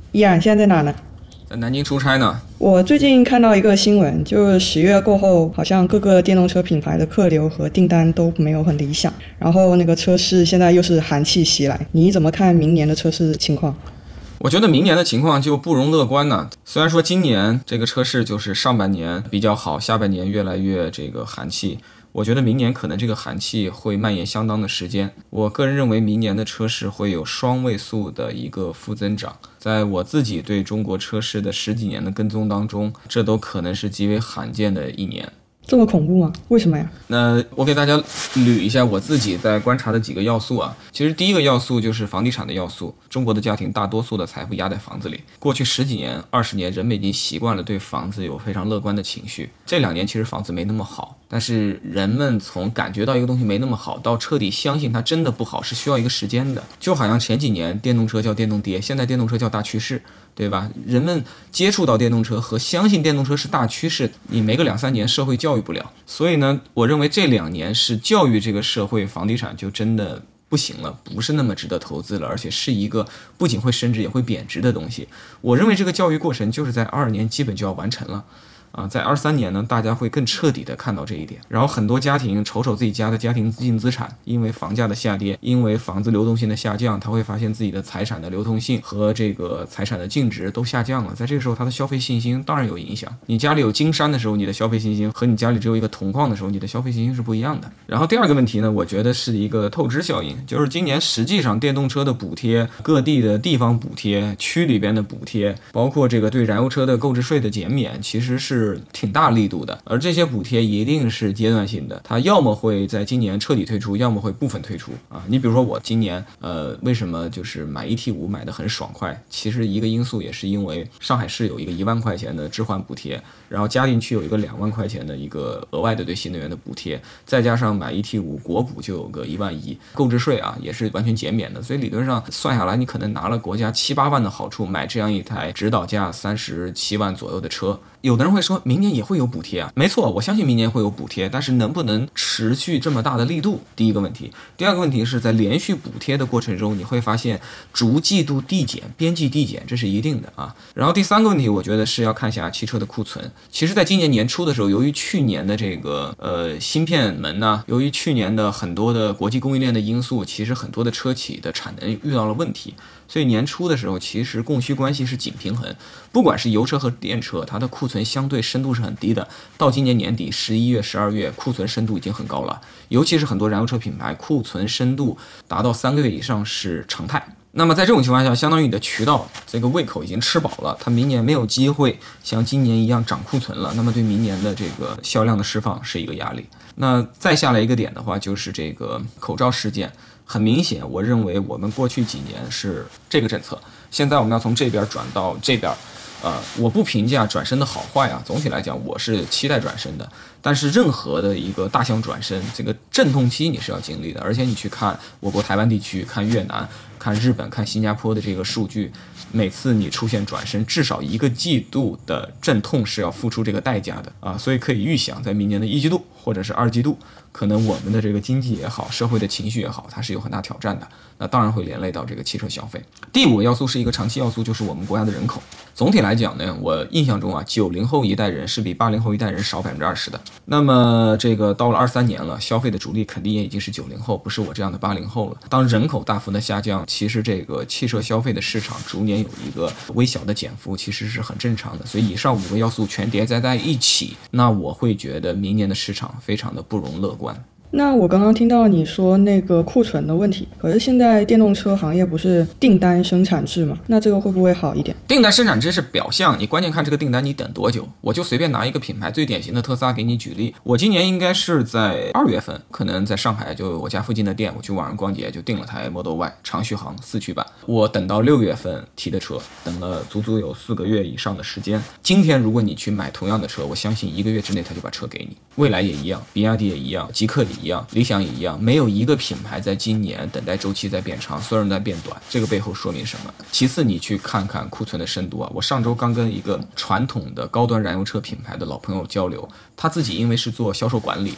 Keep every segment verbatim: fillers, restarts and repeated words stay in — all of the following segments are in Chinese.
依然现在在哪呢？ 在南京出差呢。 我最近看到一个新闻，就是十月过后，好像各个电动车品牌的客流和订单都没有很理想，然后那个车市现在又是寒气袭来，你怎么看明年的车市情况？ 我觉得明年的情况就不容乐观呢。虽然说今年这个车市就是上半年比较好，下半年越来越这个寒气，我觉得明年可能这个寒气会蔓延相当的时间。我个人认为明年的车市会有双位数的一个负增长。在我自己对中国车市的十几年的跟踪当中，这都可能是极为罕见的一年。 这么恐怖吗？为什么呀？ 那我给大家捋一下我自己在观察的几个要素啊。其实第一个要素就是房地产的要素。中国的家庭大多数的财富压在房子里，过去十几年、二十年，人们已经习惯了对房子有非常乐观的情绪。这两年其实房子没那么好，但是人们从感觉到一个东西没那么好，到彻底相信它真的不好，是需要一个时间的。就好像前几年电动车叫电动爹，现在电动车叫大趋势。对吧？人们接触到电动车和相信电动车是大趋势，你没个两三年社会教育不了。所以呢，我认为这两年是教育这个社会，房地产就真的不行了，不是那么值得投资了，而且是一个不仅会升值也会贬值的东西。我认为这个教育过程就是在二二年基本就要完成了。啊，在二三年呢，大家会更彻底的看到这一点。然后很多家庭瞅瞅自己家的家庭净资产，因为房价的下跌，因为房子流动性的下降，他会发现自己的财产的流动性和这个财产的净值都下降了。在这个时候，他的消费信心当然有影响。你家里有金山的时候，你的消费信心和你家里只有一个铜矿的时候，你的消费信心是不一样的。然后第二个问题呢，我觉得是一个透支效应，就是今年实际上电动车的补贴、各地的地方补贴、区里边的补贴，包括这个对燃油车的购置税的减免，其实是是挺大力度的，而这些补贴一定是阶段性的，它要么会在今年彻底推出，要么会部分推出啊。你比如说我今年呃为什么就是买 E T 五 买的很爽快，其实一个因素也是因为上海市有一个一万块钱的置换补贴，然后嘉定区有一个两万块钱的一个额外的对新能源的补贴，再加上买 E T 五 国补就有个一万一，购置税啊也是完全减免的，所以理论上算下来你可能拿了国家七八万的好处，买这样一台指导价三十七万左右的车。有的人会说明年也会有补贴啊，没错，我相信明年会有补贴，但是能不能持续这么大的力度，第一个问题。第二个问题是在连续补贴的过程中，你会发现逐季度递减，边际递减，这是一定的啊。然后第三个问题，我觉得是要看一下汽车的库存。其实在今年年初的时候，由于去年的这个呃芯片门呢、啊，由于去年的很多的国际供应链的因素，其实很多的车企的产能遇到了问题，所以年初的时候其实供需关系是紧平衡，不管是油车和电车，它的库存相对深度是很低的，到今年年底十一月十二月库存深度已经很高了，尤其是很多燃油车品牌库存深度达到三个月以上是常态。那么在这种情况下，相当于你的渠道这个胃口已经吃饱了，它明年没有机会像今年一样涨库存了，那么对明年的这个销量的释放是一个压力。那再下来一个点的话，就是这个口罩事件。很明显，我认为我们过去几年是这个政策，现在我们要从这边转到这边。呃，我不评价转身的好坏啊，总体来讲我是期待转身的，但是任何的一个大项转身，这个阵痛期你是要经历的，而且你去看我国台湾地区、看越南、看日本、看新加坡的这个数据，每次你出现转身，至少一个季度的阵痛是要付出这个代价的啊，所以可以预想，在明年的一季度或者是二季度，可能我们的这个经济也好，社会的情绪也好，它是有很大挑战的，那当然会连累到这个汽车消费。第五个要素是一个长期要素，就是我们国家的人口。总体来讲呢，我印象中啊，九零后一代人是比八零后一代人少百分之二十的。那么这个到了二三年了，消费的主力肯定也已经是九零后，不是我这样的八零后了。当人口大幅的下降，其实这个汽车消费的市场逐年有一个微小的减幅，其实是很正常的。所以以上五个要素全叠加在一起，那我会觉得明年的市场非常的不容乐观。 那我刚刚听到你说那个库存的问题，可是现在电动车行业不是订单生产制吗？那这个会不会好一点？ 订单生产制是表象，你关键看这个订单你等多久。我就随便拿一个品牌最典型的特斯拉给你举例，我今年应该是在二月份，可能在上海就我家附近的店，我去网上逛街就订了台 Model Y 长续航四驱版，我等到六月份提的车，等了足足有四个月以上的时间。今天如果你去买同样的车，我相信一个月之内他就把车给你。蔚来也一样，比亚迪也一样，极氪也一样，理想也一样，没有一个品牌在今年等待周期在变长，所有人在变短，这个背后说明什么？其次你去看看库存的深度啊，我上周刚跟一个传统的高端燃油车品牌的老朋友交流，他自己因为是做销售管理的，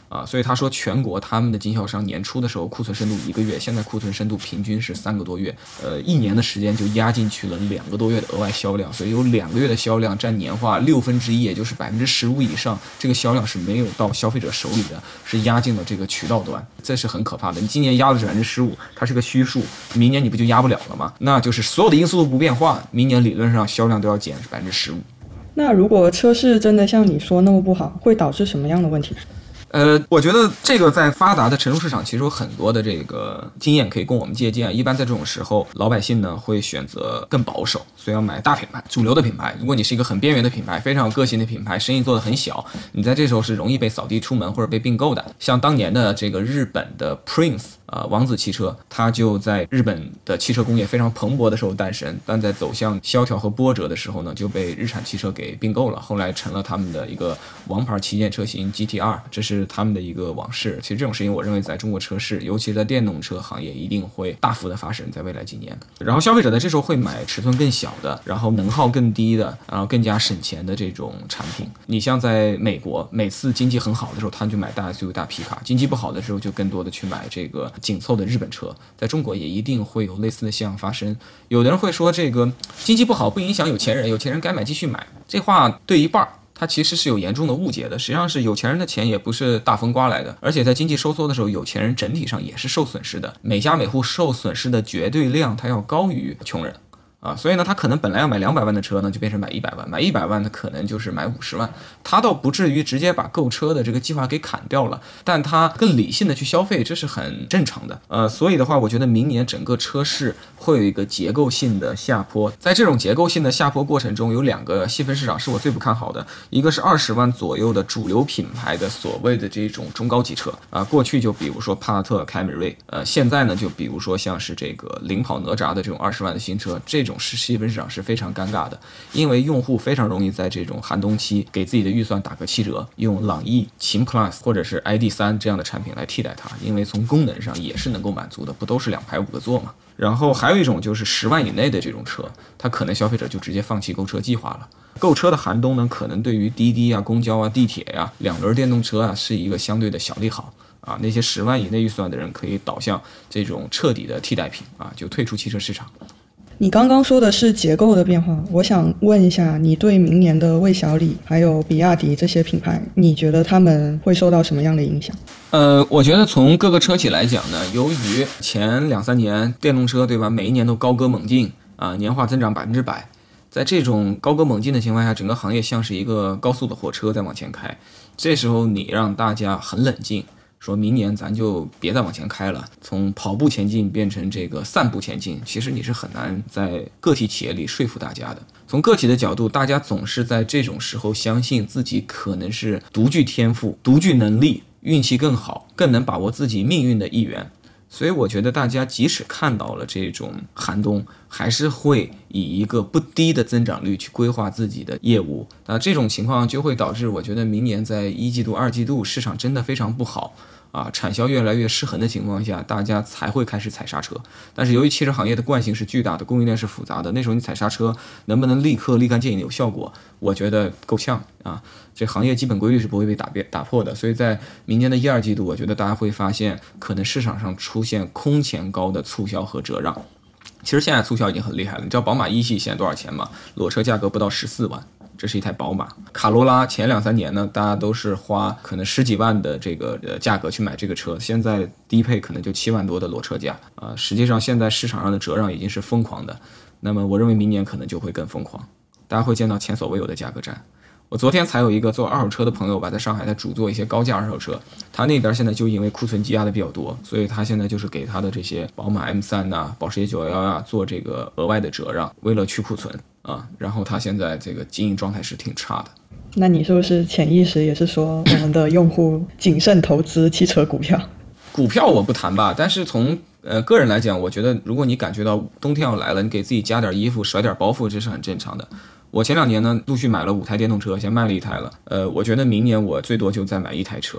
啊，所以他说全国他们的经销商年初的时候库存深度一个月，现在库存深度平均是三个多月，呃，一年的时间就压进去了两个多月的额外销量，所以有两个月的销量占年化六分之一，也就是百分之十五以上，这个销量是没有到消费者手里的，是压进了这个渠道端，这是很可怕的。你今年压的是百分之十五，它是个虚数，明年你不就压不了了吗？那就是所有的因素都不变化，明年理论上销量都要减百分之十五。 那如果车市真的像你说那么不好，会导致什么样的问题？ 呃，我觉得这个在发达的成熟市场其实有很多的这个经验可以供我们借鉴。一般在这种时候，老百姓呢会选择更保守，所以要买大品牌、主流的品牌。如果你是一个很边缘的品牌，非常有个性的品牌，生意做得很小，你在这时候是容易被扫地出门或者被并购的。像当年的这个日本的 Prince。呃，王子汽车，它就在日本的汽车工业非常蓬勃的时候诞生，但在走向萧条和波折的时候呢，就被日产汽车给并购了，后来成了他们的一个王牌旗舰车型 G T R， 这是他们的一个往事。其实这种事情，我认为在中国车市，尤其是在电动车行业，一定会大幅的发生在未来几年。然后消费者在这时候会买尺寸更小的，然后能耗更低的，然后更加省钱的这种产品。你像在美国，每次经济很好的时候，他们就买大 S U V 大皮卡；经济不好的时候，就更多的去买这个紧凑的日本车。在中国也一定会有类似的现象发生。有的人会说，这个经济不好不影响有钱人，有钱人该买继续买，这话对一半，它其实是有严重的误解的。实际上是有钱人的钱也不是大风刮来的，而且在经济收缩的时候，有钱人整体上也是受损失的，每家每户受损失的绝对量它要高于穷人。啊，所以呢，他可能本来要买两百万的车呢，就变成买一百万，买一百万他可能就是买五十万，他倒不至于直接把购车的这个计划给砍掉了，但他更理性的去消费，这是很正常的。呃，所以的话，我觉得明年整个车市会有一个结构性的下坡，在这种结构性的下坡过程中，有两个细分市场是我最不看好的，一个是二十万左右的主流品牌的所谓的这种中高级车啊，过去就比如说帕萨特、凯美瑞，呃，现在呢就比如说像是这个领跑哪吒的这种二十万的新车，这种是细分市场是非常尴尬的，因为用户非常容易在这种寒冬期给自己的预算打个七折，用朗逸、秦 Plus 或者是 I D 三 这样的产品来替代它，因为从功能上也是能够满足的，不都是两排五个座嘛。然后还有一种就是十万以内的这种车，它可能消费者就直接放弃购车计划了。购车的寒冬呢，可能对于滴滴啊、公交啊、地铁呀、啊、两轮电动车啊是一个相对的小利好啊。那些十万以内预算的人可以导向这种彻底的替代品啊，就退出汽车市场。 你刚刚说的是结构的变化，我想问一下，你对明年的魏小李还有比亚迪这些品牌，你觉得他们会受到什么样的影响？ 呃，我觉得从各个车企来讲呢，由于前两三年电动车对吧，每一年都高歌猛进啊，年化增长百分之百，在这种高歌猛进的情况下，整个行业像是一个高速的火车在往前开，这时候你让大家很冷静。说明年咱就别再往前开了，从跑步前进变成这个散步前进，其实你是很难在个体企业里说服大家的。从个体的角度，大家总是在这种时候相信自己可能是独具天赋、独具能力、运气更好、更能把握自己命运的一员。所以我觉得大家即使看到了这种寒冬，还是会以一个不低的增长率去规划自己的业务。那这种情况就会导致，我觉得明年在一季度、二季度市场真的非常不好。啊，产销越来越失衡的情况下，大家才会开始踩刹车。但是由于汽车行业的惯性是巨大的，供应链是复杂的，那时候你踩刹车能不能立刻立竿见影有效果？我觉得够呛啊。这行业基本规律是不会被打变打破的，所以在明年的一二季度，我觉得大家会发现，可能市场上出现空前高的促销和折让。其实现在促销已经很厉害了，你知道宝马一系现在多少钱吗？裸车价格不到十四万。这是一台宝马。卡罗拉前两三年呢，大家都是花可能十几万的这个呃价格去买这个车，现在低配可能就七万多的裸车价啊、呃。实际上现在市场上的折让已经是疯狂的，那么我认为明年可能就会更疯狂，大家会见到前所未有的价格战。我昨天才有一个做二手车的朋友吧，在上海在主做一些高价二手车，他那边现在就因为库存积压的比较多，所以他现在就是给他的这些宝马 M 三 呐、保时捷九一一啊做这个额外的折让，为了去库存啊。然后他现在这个经营状态是挺差的。 那你是不是潜意识也是说我们的用户谨慎投资汽车股票？ 股票我不谈吧，但是从呃个人来讲，我觉得如果你感觉到冬天要来了，你给自己加点衣服，甩点包袱，这是很正常的。我前两年呢，陆续买了五台电动车，先卖了一台了。呃，我觉得明年我最多就再买一台车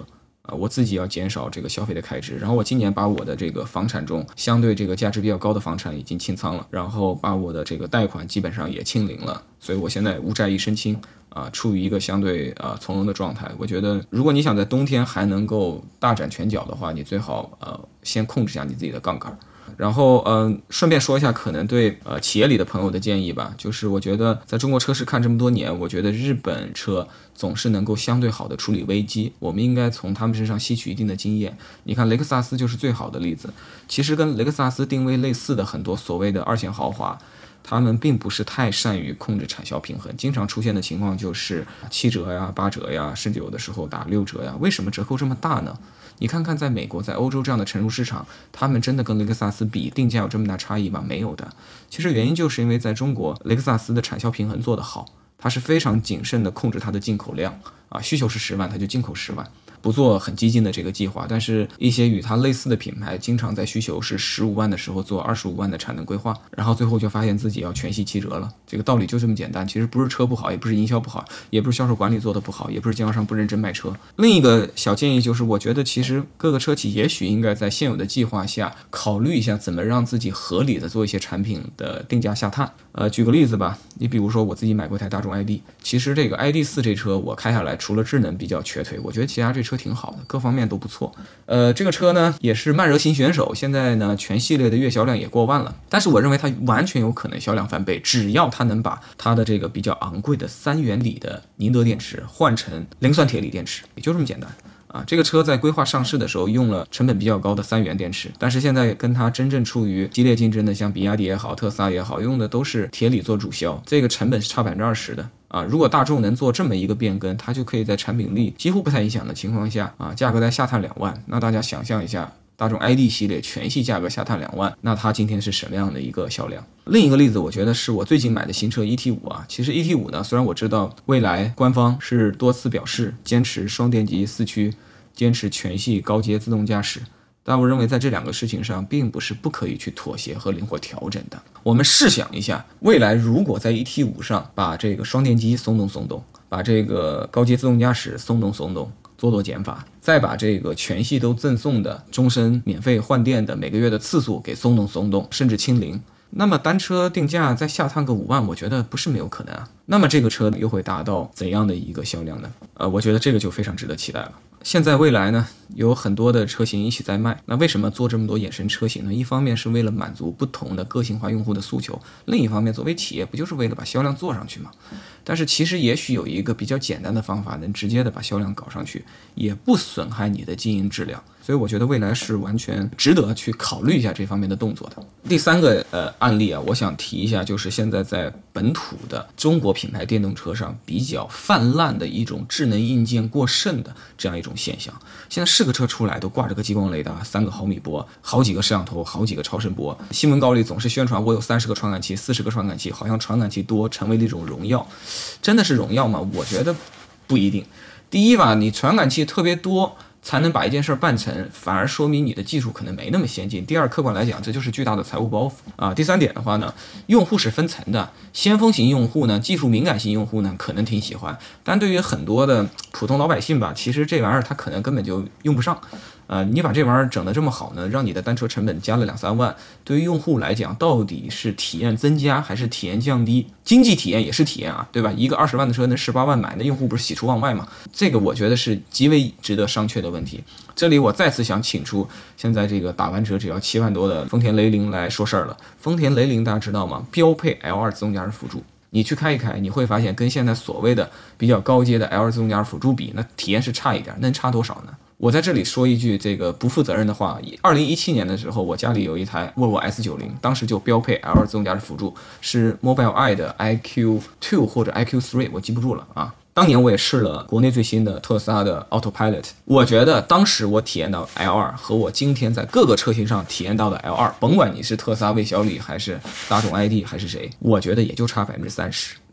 啊，我自己要减少这个消费的开支，然后我今年把我的这个房产中相对这个价值比较高的房产已经清仓了，然后把我的这个贷款基本上也清零了，所以我现在无债一身轻啊，处于一个相对啊从容的状态。我觉得如果你想在冬天还能够大展拳脚的话，你最好呃先控制一下你自己的杠杆。然后，嗯、呃，顺便说一下，可能对呃企业里的朋友的建议吧，就是我觉得在中国车市看这么多年，我觉得日本车总是能够相对好的处理危机，我们应该从他们身上吸取一定的经验。你看雷克萨斯就是最好的例子，其实跟雷克萨斯定位类似的很多所谓的二线豪华，他们并不是太善于控制产销平衡，经常出现的情况就是七折呀、八折呀，甚至有的时候打六折呀。为什么折扣这么大呢？你看看在美国、在欧洲这样的成熟市场，他们真的跟雷克萨斯比定价有这么大差异吗？没有的。其实原因就是因为在中国，雷克萨斯的产销平衡做得好，它是非常谨慎的控制它的进口量啊，需求是十万，它就进口十万。不做很激进的这个计划，但是一些与它类似的品牌经常在需求是十五万的时候做二十五万的产能规划，然后最后就发现自己要全系七折了。这个道理就这么简单，其实不是车不好，也不是营销不好，也不是销售管理做的不好，也不是经销商不认真卖车。另一个小建议就是，我觉得其实各个车企也许应该在现有的计划下考虑一下怎么让自己合理的做一些产品的定价下探。呃，举个例子吧，你比如说我自己买过一台大众 I D， 其实这个 I D 四 这车我开下来，除了智能比较瘸腿，我觉得其他这车挺好的，各方面都不错。呃，这个车呢也是慢热型选手，现在呢全系列的月销量也过万了。但是我认为它完全有可能销量翻倍，只要它能把它的这个比较昂贵的三元锂的宁德电池换成磷酸铁锂电池，也就这么简单。啊，这个车在规划上市的时候用了成本比较高的三元电池，但是现在跟它真正处于激烈竞争的，像比亚迪也好，特斯拉也好，用的都是铁锂做主销，这个成本是差百分之二十的。啊，如果大众能做这么一个变更，它就可以在产品力几乎不太影响的情况下，啊，价格在下探两万，那大家想象一下，大众 I D 系列全系价格下探两万，那它今天是什么样的一个销量？另一个例子，我觉得是我最近买的新车 E T 五 啊。其实 E T 五 呢，虽然我知道蔚来官方是多次表示坚持双电机四驱，坚持全系高阶自动驾驶，但我认为在这两个事情上并不是不可以去妥协和灵活调整的。我们试想一下，未来如果在 E T 五 上把这个双电机松动松动，把这个高阶自动驾驶松动松动，做做减法，再把这个全系都赠送的终身免费换电的每个月的次数给松动松动，甚至清零，那么单车定价再下探个五万，我觉得不是没有可能啊。那么这个车又会达到怎样的一个销量呢？呃，我觉得这个就非常值得期待了。现在蔚来呢有很多的车型一起在卖，那为什么做这么多衍生车型呢？一方面是为了满足不同的个性化用户的诉求，另一方面作为企业不就是为了把销量做上去吗？但是其实也许有一个比较简单的方法能直接的把销量搞上去，也不损害你的经营质量，所以我觉得蔚来是完全值得去考虑一下这方面的动作的。第三个呃案例啊，我想提一下，就是现在在本土的中国品牌电动车上比较泛滥的一种智能硬件过剩的这样一种现象。现在是个车出来都挂着个激光雷达，三个毫米波，好几个摄像头，好几个超声波，新闻稿里总是宣传我有三十个传感器、四十个传感器，好像传感器多成为了一种荣耀。真的是荣耀吗？我觉得不一定。第一吧，你传感器特别多才能把一件事办成，反而说明你的技术可能没那么先进。第二，客观来讲，这就是巨大的财务包袱啊。第三点的话呢，用户是分层的，先锋型用户呢，技术敏感型用户呢，可能挺喜欢，但对于很多的普通老百姓吧，其实这玩意儿他可能根本就用不上。呃，你把这玩意儿整得这么好呢，让你的单车成本加了两三万，对于用户来讲，到底是体验增加还是体验降低？经济体验也是体验啊，对吧？一个二十万的车能十八万买，那用户不是喜出望外吗？这个我觉得是极为值得商榷的问题。这里我再次想请出现在这个打完折只要七万多的丰田雷凌来说事儿了。丰田雷凌大家知道吗？标配 L 二 自动驾驶辅助。你去开一开，你会发现跟现在所谓的比较高阶的 L 二 自动驾驶辅助比，那体验是差一点，能差多少呢？我在这里说一句这个不负责任的话，二零一七年的时候，我家里有一台沃尔沃 S 九十，当时就标配 L 二 自动驾驶辅助，是 Mobileye 的 I Q 二 或者 I Q 三，我记不住了啊。当年我也试了国内最新的特斯拉的 Autopilot， 我觉得当时我体验到 L 二 和我今天在各个车型上体验到的 L 二，甭管你是特斯拉魏小李还是大众 I D 还是谁，我觉得也就差百分之三十。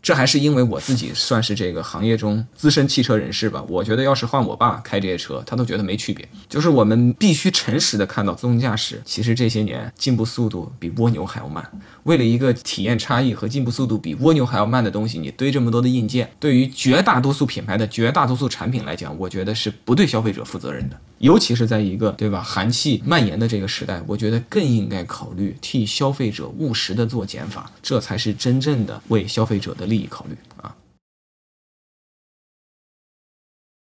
这还是因为我自己算是这个行业中资深汽车人士吧，我觉得要是换我爸开这些车，他都觉得没区别。就是我们必须诚实的看到自动驾驶其实这些年进步速度比蜗牛还要慢。为了一个体验差异和进步速度比蜗牛还要慢的东西，你堆这么多的硬件，对于绝大多数品牌的绝大多数产品来讲，我觉得是不对消费者负责任的。尤其是在一个对吧寒气蔓延的这个时代，我觉得更应该考虑替消费者务实的做减法，这才是真正的为消费者的利益考虑啊。